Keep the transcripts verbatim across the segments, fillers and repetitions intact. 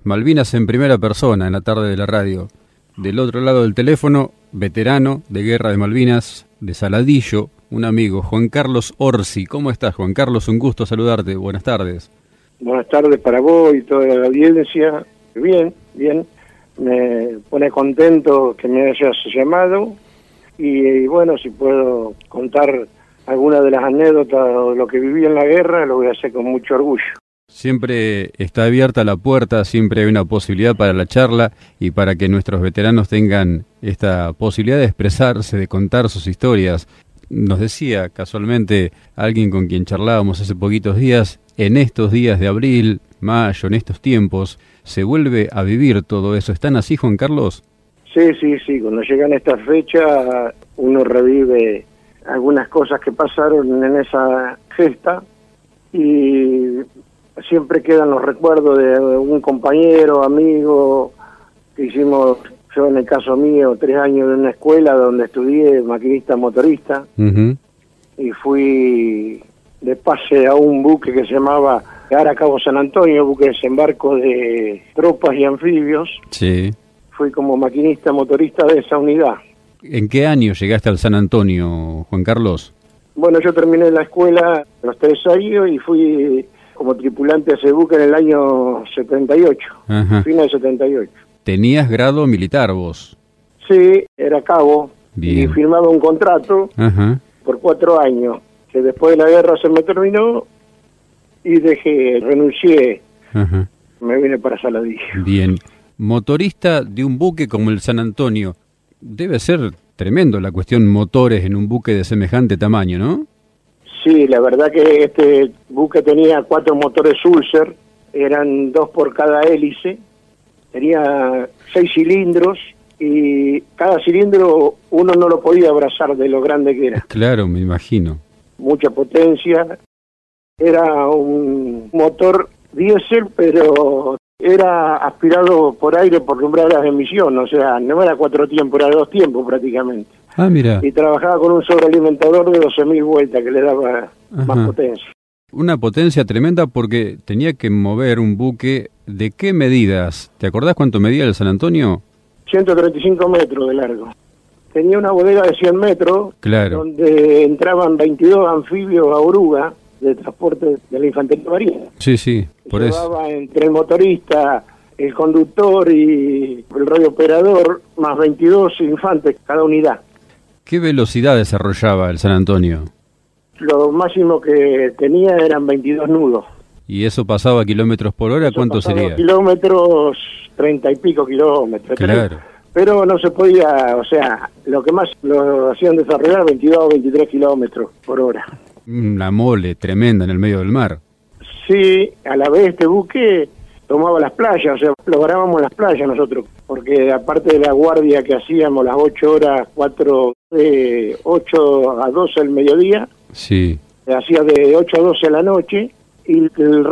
Malvinas en primera persona en la tarde de la radio. Del otro lado del teléfono, veterano de Guerra de Malvinas, de Saladillo, un amigo, Juan Carlos Orsi. ¿Cómo estás, Juan Carlos? Un gusto saludarte. Buenas tardes. Buenas tardes para vos y toda la audiencia. Bien, bien. Me pone contento que me hayas llamado. Y, y bueno, si puedo contar alguna de las anécdotas o lo que viví en la guerra, lo voy a hacer con mucho orgullo. Siempre está abierta la puerta, siempre hay una posibilidad para la charla y para que nuestros veteranos tengan esta posibilidad de expresarse, de contar sus historias. Nos decía casualmente alguien con quien charlábamos hace poquitos días, en estos días de abril, mayo, en estos tiempos, se vuelve a vivir todo eso. ¿Están así, Juan Carlos? Sí, sí, sí. Cuando llegan estas fechas, uno revive algunas cosas que pasaron en esa gesta y siempre quedan los recuerdos de un compañero, amigo, que hicimos, yo en el caso mío, tres años en una escuela donde estudié maquinista motorista, uh-huh. y fui de pase a un buque que se llamaba Gara Cabo San Antonio, buque de desembarco de tropas y anfibios. Sí. Fui como maquinista motorista de esa unidad. ¿En qué año llegaste al San Antonio, Juan Carlos? Bueno, yo terminé la escuela los tres años y fui como tripulante a ese buque en el año setenta y ocho, Ajá. Fines de setenta y ocho. ¿Tenías grado militar vos? Sí, era cabo. Bien. Y firmaba un contrato Ajá. por cuatro años, que después de la guerra se me terminó y dejé, renuncié, Ajá. me vine para Saladillo. Bien, motorista de un buque como el San Antonio, debe ser tremendo la cuestión motores en un buque de semejante tamaño, ¿no? Sí, la verdad que este buque tenía cuatro motores Sulzer, eran dos por cada hélice, tenía seis cilindros y cada cilindro uno no lo podía abrazar de lo grande que era. Claro, me imagino. Mucha potencia, era un motor diésel, pero era aspirado por aire por lumbradas de emisión, o sea, no era cuatro tiempos, era dos tiempos prácticamente. Ah, mira. Y trabajaba con un sobrealimentador de doce mil vueltas que le daba Ajá. más potencia. Una potencia tremenda porque tenía que mover un buque. ¿De qué medidas? ¿Te acordás cuánto medía el San Antonio? ciento treinta y cinco metros de largo. Tenía una bodega de cien metros, claro. donde entraban veintidós anfibios a oruga de transporte de la infantería marina. Sí, sí, por eso. Llevaba entre el motorista, el conductor y el radiooperador, más veintidós infantes cada unidad. ¿Qué velocidad desarrollaba el San Antonio? Lo máximo que tenía eran veintidós nudos. ¿Y eso pasaba a kilómetros por hora? Eso ¿Cuánto sería? Kilómetros, treinta y pico kilómetros. Claro. Pero no se podía, o sea, lo que más lo hacían desarrollar veintidós o veintitrés kilómetros por hora. Una mole tremenda en el medio del mar. Sí, a la vez este buque tomaba las playas, o sea, lográbamos las playas nosotros, porque aparte de la guardia que hacíamos las ocho horas, cuatro, de ocho a doce al mediodía, sí, hacía de ocho a doce a la noche, y el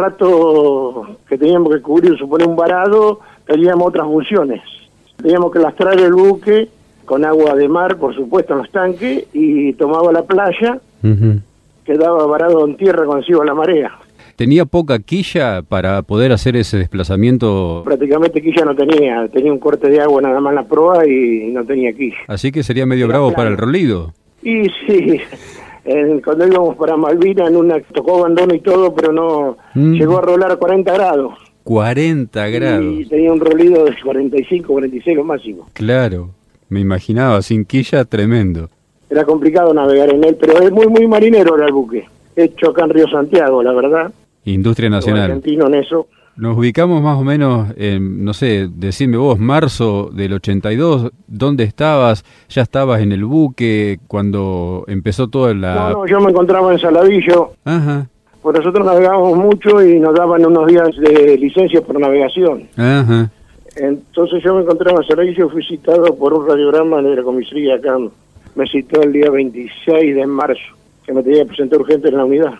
rato que teníamos que cubrir, supone un varado, teníamos otras funciones. Teníamos que lastrar el buque con agua de mar, por supuesto, en los tanques, y tomaba la playa, uh-huh. quedaba varado en tierra cuando se iba la marea. ¿Tenía poca quilla para poder hacer ese desplazamiento? Prácticamente quilla no tenía, tenía un corte de agua nada más en la proa y no tenía quilla. Así que sería medio Era bravo plano. Para el rolido. Y sí, en, cuando íbamos para Malvinas, en una tocó abandono y todo, pero no mm. llegó a rolar a cuarenta grados. cuarenta grados. Y tenía un rolido de cuarenta y cinco, cuarenta y seis lo máximo. Claro, me imaginaba, sin quilla tremendo. Era complicado navegar en él, pero es muy, muy marinero era el buque. Hecho acá en Río Santiago, la verdad. Industria nacional. Argentino en eso. Nos ubicamos más o menos, en, no sé, decime vos, marzo del ochenta y dos, ¿dónde estabas? ¿Ya estabas en el buque cuando empezó toda la...? No, no, yo me encontraba en Saladillo. Ajá. Pues nosotros navegábamos mucho y nos daban unos días de licencia por navegación. Ajá. Entonces yo me encontraba en Saladillo, fui citado por un radiograma de la comisaría acá. Me citó el día veintiséis de marzo, que me tenía que presentar urgente en la unidad.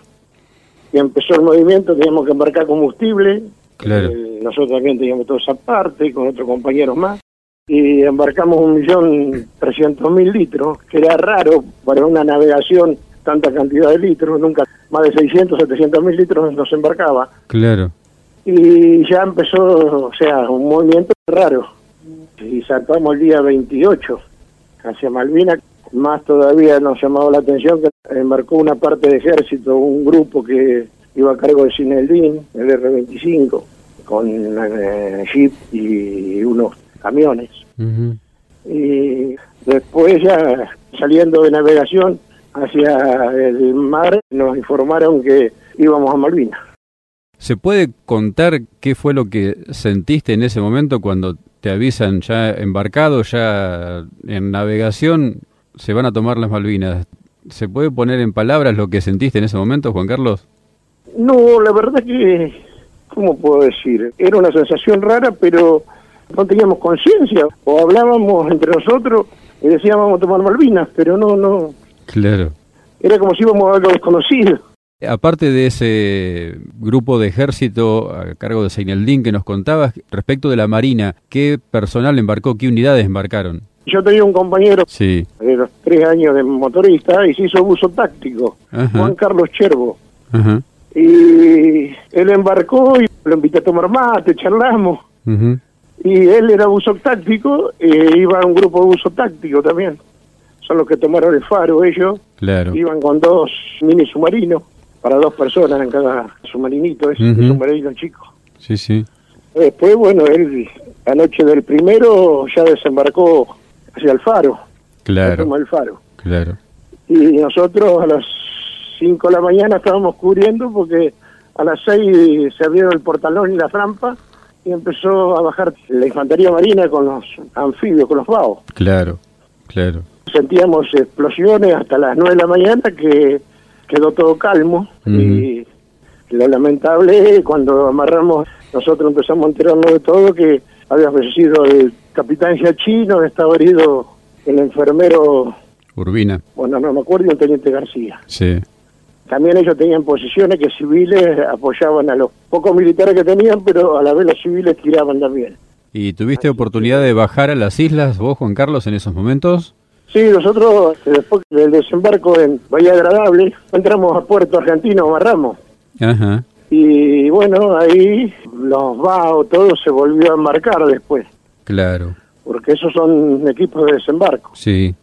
Y empezó el movimiento, teníamos que embarcar combustible. Claro. Eh, nosotros también teníamos toda esa parte, con otros compañeros más. Y embarcamos un millón trescientos mil litros, que era raro para una navegación, tanta cantidad de litros, nunca más de seiscientos, setecientos mil litros nos embarcaba. Claro. y ya empezó, o sea, un movimiento raro. Y zarpamos el día veintiocho hacia Malvinas. Más todavía nos llamaba la atención que embarcó una parte de ejército, un grupo que iba a cargo de Cineldín, el erre veinticinco, con eh, jeep y unos camiones. Uh-huh. Y después ya saliendo de navegación hacia el mar nos informaron que íbamos a Malvinas. ¿Se puede contar qué fue lo que sentiste en ese momento cuando te avisan ya embarcado, ya en navegación, se van a tomar las Malvinas? ¿Se puede poner en palabras lo que sentiste en ese momento, Juan Carlos? No, la verdad que, ¿cómo puedo decir? Era una sensación rara, pero no teníamos conciencia. O hablábamos entre nosotros y decíamos vamos a tomar Malvinas, pero no, no. Claro. Era como si íbamos a algo desconocido. Aparte de ese grupo de ejército a cargo de Cineldín que nos contabas, respecto de la Marina, ¿qué personal embarcó, qué unidades embarcaron? Yo tenía un compañero sí. de los tres años de motorista y se hizo buzo táctico, Ajá. Juan Carlos Cherbo. Ajá. Y él embarcó y lo invité a tomar mate, charlamos. Uh-huh. Y él era buzo táctico e iba a un grupo de buzo táctico también. Son los que tomaron el Faro ellos. Claro. Iban con dos mini submarinos para dos personas en cada submarinito, ese uh-huh. submarino chico. Sí, sí. Después, bueno, él la noche del primero ya desembarcó hacia el Faro. Claro. Tomó el Faro. Claro. Y nosotros a las cinco de la mañana estábamos cubriendo porque a las seis se abrieron el portalón y la trampa y empezó a bajar la infantería marina con los anfibios, con los baos. Claro, claro. Sentíamos explosiones hasta las nueve de la mañana que quedó todo calmo. Uh-huh. Y lo lamentable, cuando amarramos, nosotros empezamos a enterarnos de todo, que había fallecido el capitán Giachino, estaba herido el enfermero Urbina. Bueno, no me acuerdo, y el teniente García. Sí. También ellos tenían posiciones que civiles apoyaban a los pocos militares que tenían, pero a la vez los civiles tiraban también. ¿Y tuviste Así oportunidad que... de bajar a las islas vos, Juan Carlos, en esos momentos? Sí, nosotros después del desembarco en Bahía Agradable, entramos a Puerto Argentino, amarramos. Ajá. Y bueno, ahí los baos, todo se volvió a embarcar después. Claro. Porque esos son equipos de desembarco. Sí.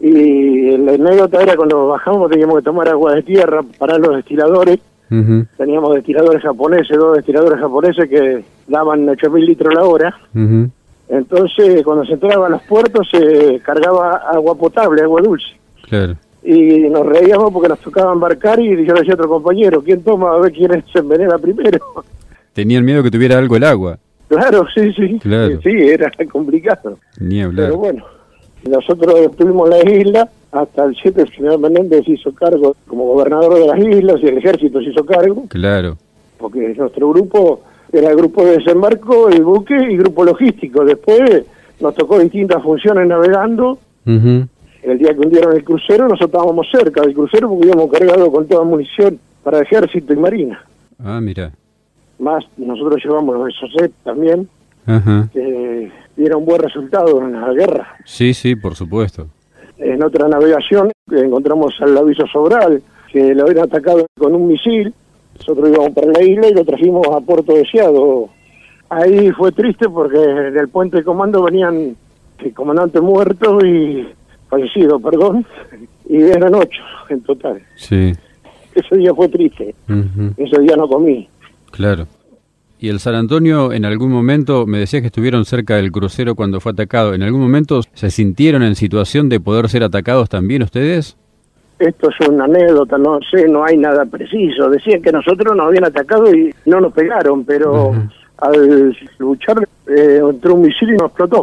Y la anécdota era cuando bajamos teníamos que tomar agua de tierra para los destiladores. Uh-huh. Teníamos destiladores japoneses, dos destiladores japoneses que daban ocho mil litros la hora. Uh-huh. Entonces, cuando se entraba a los puertos, se cargaba agua potable, agua dulce. Claro. Y nos reíamos porque nos tocaba embarcar y yo le decía a otro compañero, ¿quién toma? A ver quién se envenena primero. Tenían miedo que tuviera algo el agua. Claro, sí, sí. Claro. Sí, era complicado. Ni hablar. Pero bueno, nosotros estuvimos en la isla hasta el siete, el señor Menéndez se hizo cargo como gobernador de las islas y el ejército se hizo cargo. Claro. Porque nuestro grupo era el grupo de desembarco, el buque y grupo logístico. Después nos tocó distintas funciones navegando. Uh-huh. El día que hundieron el crucero, nosotros estábamos cerca del crucero porque íbamos cargados con toda munición para ejército y marina. Ah, mira. Más, nosotros llevamos los Exocet también, uh-huh. que dieron buen resultado en la guerra. Sí, sí, por supuesto. En otra navegación encontramos al aviso Sobral, que lo habían atacado con un misil. Nosotros íbamos para la isla y lo trajimos a Puerto Deseado. Ahí fue triste porque del puente de comando venían el comandante muerto y fallecido, perdón, y eran ocho en total. Sí. Ese día fue triste. Uh-huh. Ese día no comí. Claro. ¿Y el San Antonio en algún momento, me decías que estuvieron cerca del crucero cuando fue atacado, en algún momento se sintieron en situación de poder ser atacados también ustedes? Esto es una anécdota, no sé, no hay nada preciso. Decían que nosotros nos habían atacado y no nos pegaron, pero uh-huh. al luchar eh, entró un misil y nos explotó.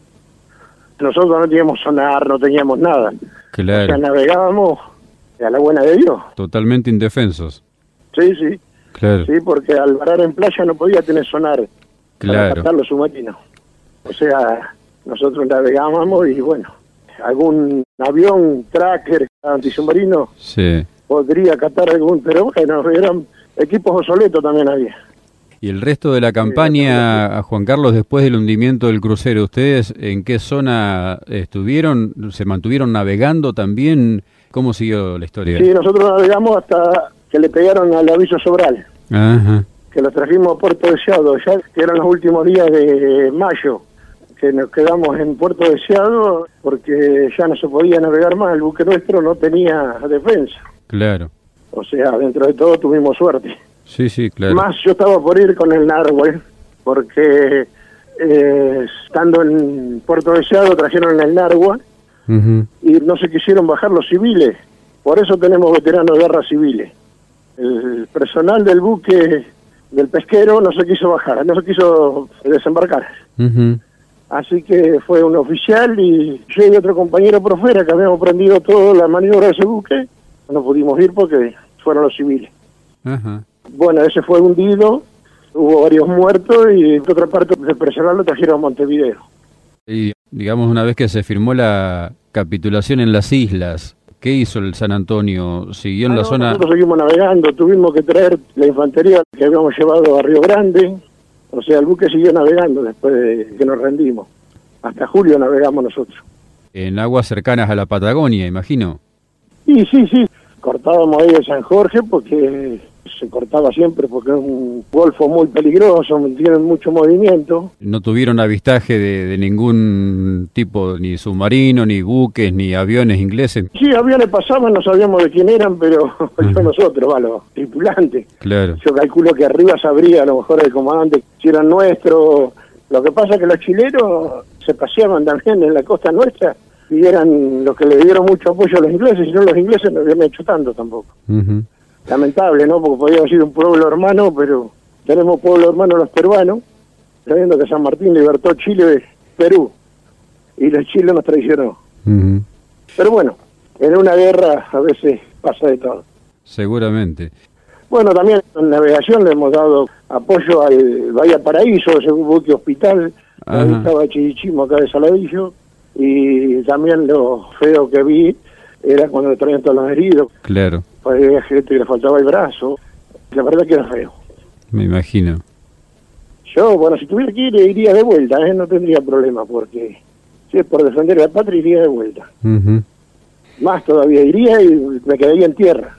Nosotros no teníamos sonar, no teníamos nada. Claro. O sea, navegábamos a la buena de Dios. Totalmente indefensos. Sí, sí. Claro. Sí, porque al varar en playa no podía tener sonar claro. para captar los submarinos. O sea, nosotros navegábamos y bueno, algún avión, tracker, antisubmarino sí. podría captar algún, pero bueno, eran equipos obsoletos también había. ¿Y el resto de la campaña, a Juan Carlos, después del hundimiento del crucero, ustedes en qué zona estuvieron? ¿Se mantuvieron navegando también? ¿Cómo siguió la historia? Sí, nosotros navegamos hasta que le pegaron al aviso Sobral. Ajá. que los trajimos a Puerto Deseado, ya que eran los últimos días de mayo, que nos quedamos en Puerto Deseado porque ya no se podía navegar más, el buque nuestro no tenía defensa. Claro. O sea, dentro de todo tuvimos suerte. Sí, sí, claro. Más yo estaba por ir con el Narwhal, porque eh, estando en Puerto Deseado trajeron el Narwhal uh-huh. y no se quisieron bajar los civiles, por eso tenemos veteranos de guerra civiles. El personal del buque del pesquero no se quiso bajar, no se quiso desembarcar. Uh-huh. Así que fue un oficial y yo y otro compañero por fuera que habíamos aprendido toda la maniobra de ese buque, no pudimos ir porque fueron los civiles. Uh-huh. Bueno, ese fue hundido, hubo varios muertos y otra parte del personal lo trajeron a Montevideo. Y digamos, una vez que se firmó la capitulación en las islas, ¿qué hizo el San Antonio? ¿Siguió en ah, la no, zona...? Nosotros seguimos navegando, tuvimos que traer la infantería que habíamos llevado a Río Grande, o sea, el buque siguió navegando después de que nos rendimos. Hasta julio navegamos nosotros. En aguas cercanas a la Patagonia, imagino. Sí, sí, sí. Cortábamos ahí de San Jorge porque se cortaba siempre porque es un golfo muy peligroso, tienen mucho movimiento. ¿No tuvieron avistaje de, de ningún tipo, ni submarino, ni buques, ni aviones ingleses? Sí, aviones pasaban, no sabíamos de quién eran, pero uh-huh. nosotros, va, los tripulantes. Claro. Yo calculo que arriba sabría a lo mejor el comandante si eran nuestros. Lo que pasa es que los chilenos se paseaban también en la costa nuestra y eran los que le dieron mucho apoyo a los ingleses, y no los ingleses no habían hecho tanto tampoco. Uh-huh. Lamentable, ¿no? Porque podía haber sido un pueblo hermano, pero tenemos pueblo hermano los peruanos, sabiendo que San Martín libertó Chile, Perú, y los chilenos nos traicionó. Uh-huh. Pero bueno, en una guerra a veces pasa de todo. Seguramente. Bueno, también en navegación le hemos dado apoyo al Bahía Paraíso, ese buque hospital, ahí estaba Chichimo acá de Saladillo, y también lo feo que vi era cuando le traían todos los heridos. Claro. Había gente que le faltaba el brazo, la verdad que era feo. Me imagino. Yo, bueno, si tuviera que ir, iría de vuelta, ¿eh? No tendría problema, porque si es por defender a la patria, iría de vuelta. Uh-huh. Más todavía, iría y me quedaría en tierra,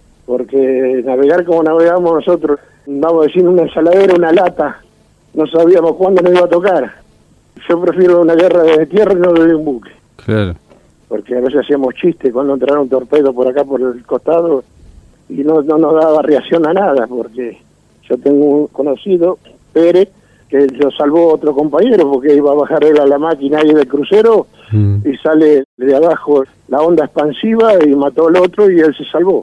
porque navegar como navegamos nosotros, vamos a decir, una ensaladera, una lata, no sabíamos cuándo nos iba a tocar. Yo prefiero una guerra desde tierra y no desde un buque. Claro. Porque a veces hacíamos chistes cuando entraba un torpedo por acá por el costado y no, no nos daba reacción a nada, porque yo tengo un conocido, Pérez, que lo salvó otro compañero porque iba a bajar él a la máquina ahí del crucero mm. y sale de abajo la onda expansiva y mató al otro y él se salvó.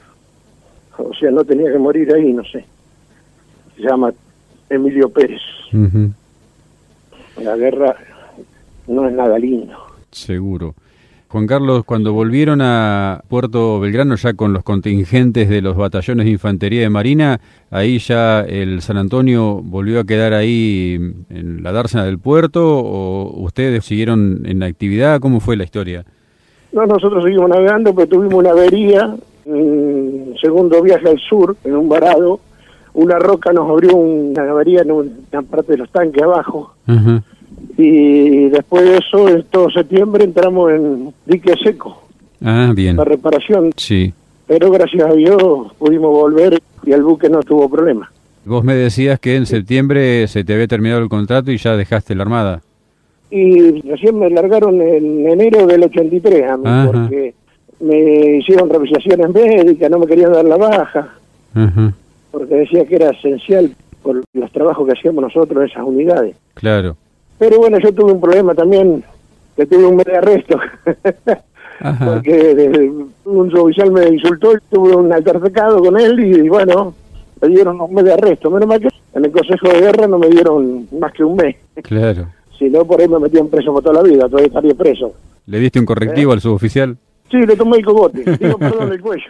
O sea, no tenía que morir ahí, no sé. Se llama Emilio Pérez. Uh-huh. La guerra no es nada lindo. Seguro. Juan Carlos, cuando volvieron a Puerto Belgrano ya con los contingentes de los batallones de infantería de Marina, ahí ya el San Antonio volvió a quedar ahí en la dársena del puerto, o ustedes siguieron en actividad. ¿Cómo fue la historia? No, nosotros seguimos navegando, pero tuvimos una avería, un segundo viaje al sur, en un varado. Una roca nos abrió una avería en una parte de los tanques abajo. Uh-huh. Y después de eso, en todo septiembre, entramos en dique seco. Ah, bien. La reparación. Sí. Pero gracias a Dios pudimos volver y el buque no tuvo problema. Vos me decías que en septiembre se te había terminado el contrato y ya dejaste la Armada. Y recién me largaron en enero del ochenta y tres a mí, Ajá. porque me hicieron revisaciones médicas, no me querían dar la baja, Ajá. porque decía que era esencial por los trabajos que hacíamos nosotros en esas unidades. Claro. Pero bueno, yo tuve un problema también, que tuve un mes de arresto, porque un suboficial me insultó y tuve un altercado con él y bueno, me dieron un mes de arresto. Menos mal que en el Consejo de Guerra no me dieron más que un mes. Claro. Si no, por ahí me metían preso por toda la vida, todavía estaría preso. ¿Le diste un correctivo ¿Eh? al suboficial? Sí, le tomé el cogote, digo, perdón, el cuello.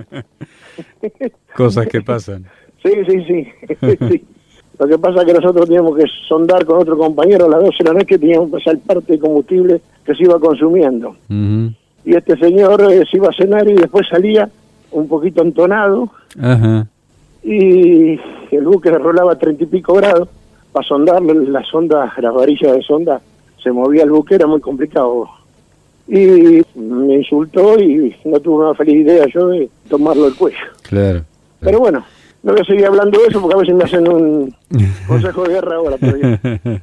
Cosas que pasan. Sí, sí, sí. sí. Lo que pasa es que nosotros teníamos que sondar con otro compañero a las doce de la noche, teníamos que pasar parte de combustible que se iba consumiendo. Uh-huh. Y este señor eh, se iba a cenar y después salía un poquito entonado. Uh-huh. Y el buque rolaba a treinta y pico grados. Para sondarle las sondas, las varillas de sonda, se movía el buque, era muy complicado. Y me insultó y no tuve una feliz idea yo de tomarlo el cuello. Claro. Pero bueno, no voy a seguir hablando de eso porque a veces me hacen un consejo de guerra ahora todavía.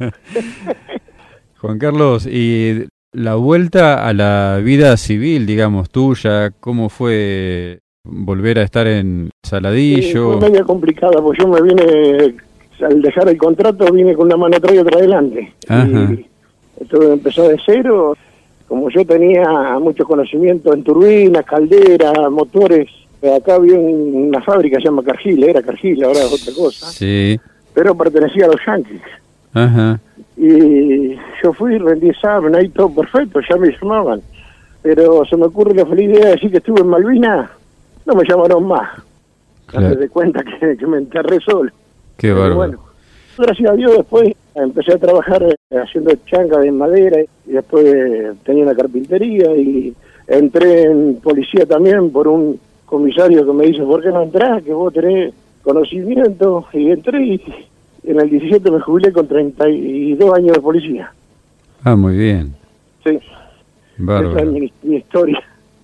Juan Carlos, y la vuelta a la vida civil, digamos, tuya, ¿cómo fue volver a estar en Saladillo? Sí, fue medio complicada, porque yo me vine, al dejar el contrato, vine con una mano atrás y otra adelante. Ajá. Y esto empezó de cero. Como yo tenía mucho conocimiento en turbinas, calderas, motores, acá había una fábrica que se llama Cargill, era Cargill, ahora es otra cosa. Sí. Pero pertenecía a los Yankees. Ajá. Y yo fui, rendí examen, ahí todo perfecto, ya me llamaban. Pero se me ocurre la feliz idea de decir que estuve en Malvinas, no me llamaron más. Claro. Me di cuenta que, que me enterré solo. Qué bárbaro. Bueno, gracias a Dios después empecé a trabajar haciendo chancas de madera y después tenía una carpintería y entré en policía también por un comisario que me dice, ¿por qué no entrás? Que vos tenés conocimiento. Y entré y en el diecisiete me jubilé con treinta y dos años de policía. Ah, muy bien. Sí. Bárbaro. Esa es mi, mi historia.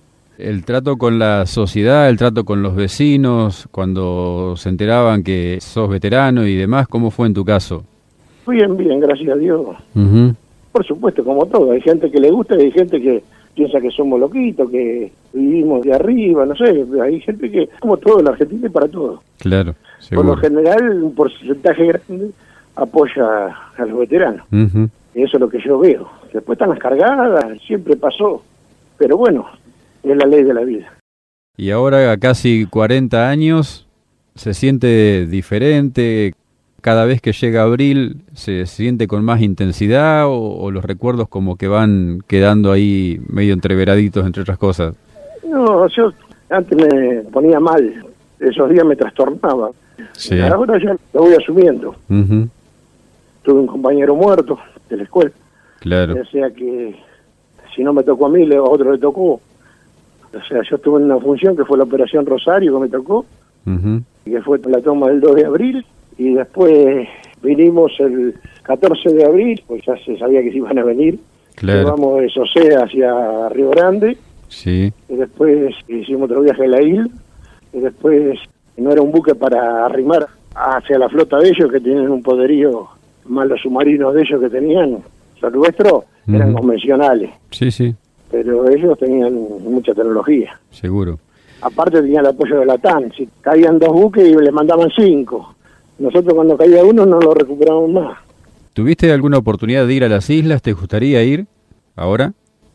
El trato con la sociedad, el trato con los vecinos, cuando se enteraban que sos veterano y demás, ¿cómo fue en tu caso? Bien, bien, gracias a Dios. Uh-huh. Por supuesto, como todo, hay gente que le gusta y hay gente que piensa que somos loquitos, que vivimos de arriba, no sé, hay gente que, como todo, la Argentina es para todo. Claro, seguro. Por lo general, un porcentaje grande apoya a los veteranos. Uh-huh. Eso es lo que yo veo. Después están las cargadas, siempre pasó, pero bueno, es la ley de la vida. Y ahora, a casi cuarenta años, ¿se siente diferente? ¿Cada vez que llega abril se siente con más intensidad o, o los recuerdos como que van quedando ahí medio entreveraditos entre otras cosas? No, yo antes me ponía mal, esos días me trastornaba. Sí. Ahora ya lo voy asumiendo. Uh-huh. Tuve un compañero muerto de la escuela. Claro. O sea que si no me tocó a mí, a otro le tocó. O sea, yo estuve en una función que fue la Operación Rosario que me tocó, uh-huh. y que fue la toma del dos de abril, y después vinimos el catorce de abril, pues ya se sabía que se iban a venir. Claro. Llevamos de Sosea hacia Río Grande, sí. Y después hicimos otro viaje a la isla, y después no era un buque para arrimar hacia la flota de ellos, que tienen un poderío, más los submarinos de ellos que tenían, los nuestros eran uh-huh. convencionales. Sí, sí. Pero ellos tenían mucha tecnología. Seguro. Aparte tenían el apoyo de la T A N. Si caían dos buques y les mandaban cinco. Nosotros cuando caía uno no lo recuperamos más. ¿Tuviste alguna oportunidad de ir a las islas? ¿Te gustaría ir ahora?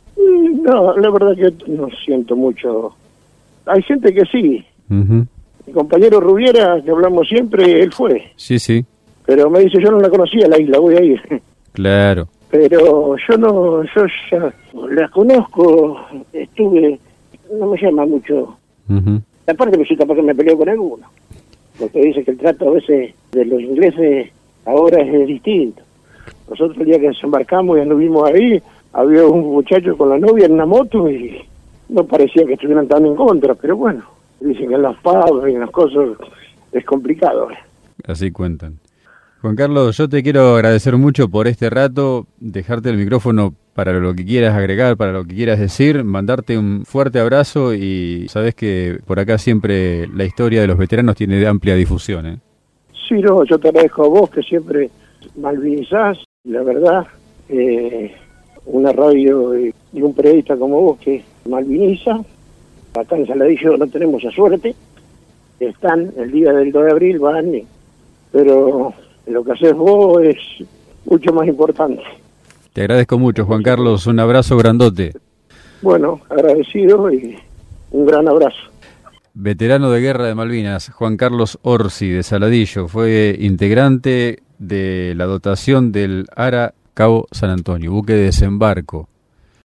No, la verdad que no siento mucho. Hay gente que sí. Uh-huh. Mi compañero Rubiera, que hablamos siempre, él fue. Sí, sí. Pero me dice, yo no la conocía la isla, voy a ir. Claro. Pero yo no, yo ya la conozco, estuve, no me llama mucho. Uh-huh. Aparte que soy capaz que me peleo con alguno. Porque dice que el trato a veces de los ingleses ahora es distinto. Nosotros el día que desembarcamos y anduvimos ahí, había un muchacho con la novia en una moto y no parecía que estuvieran tan en contra, pero bueno, dicen que en las pavas y en las cosas es complicado. Así cuentan. Juan Carlos, yo te quiero agradecer mucho por este rato, dejarte el micrófono para lo que quieras agregar, para lo que quieras decir, mandarte un fuerte abrazo y sabes que por acá siempre la historia de los veteranos tiene de amplia difusión, ¿eh? Sí, no, yo te agradezco a vos que siempre malvinizás, la verdad, eh, una radio y un periodista como vos que malviniza. Acá en Saladillo no tenemos esa suerte, están el día del dos de abril, van, pero lo que haces vos es mucho más importante. Te agradezco mucho, Juan Carlos, un abrazo grandote. Bueno, agradecido y un gran abrazo. Veterano de guerra de Malvinas, Juan Carlos Orsi de Saladillo, fue integrante de la dotación del ARA Cabo San Antonio, buque de desembarco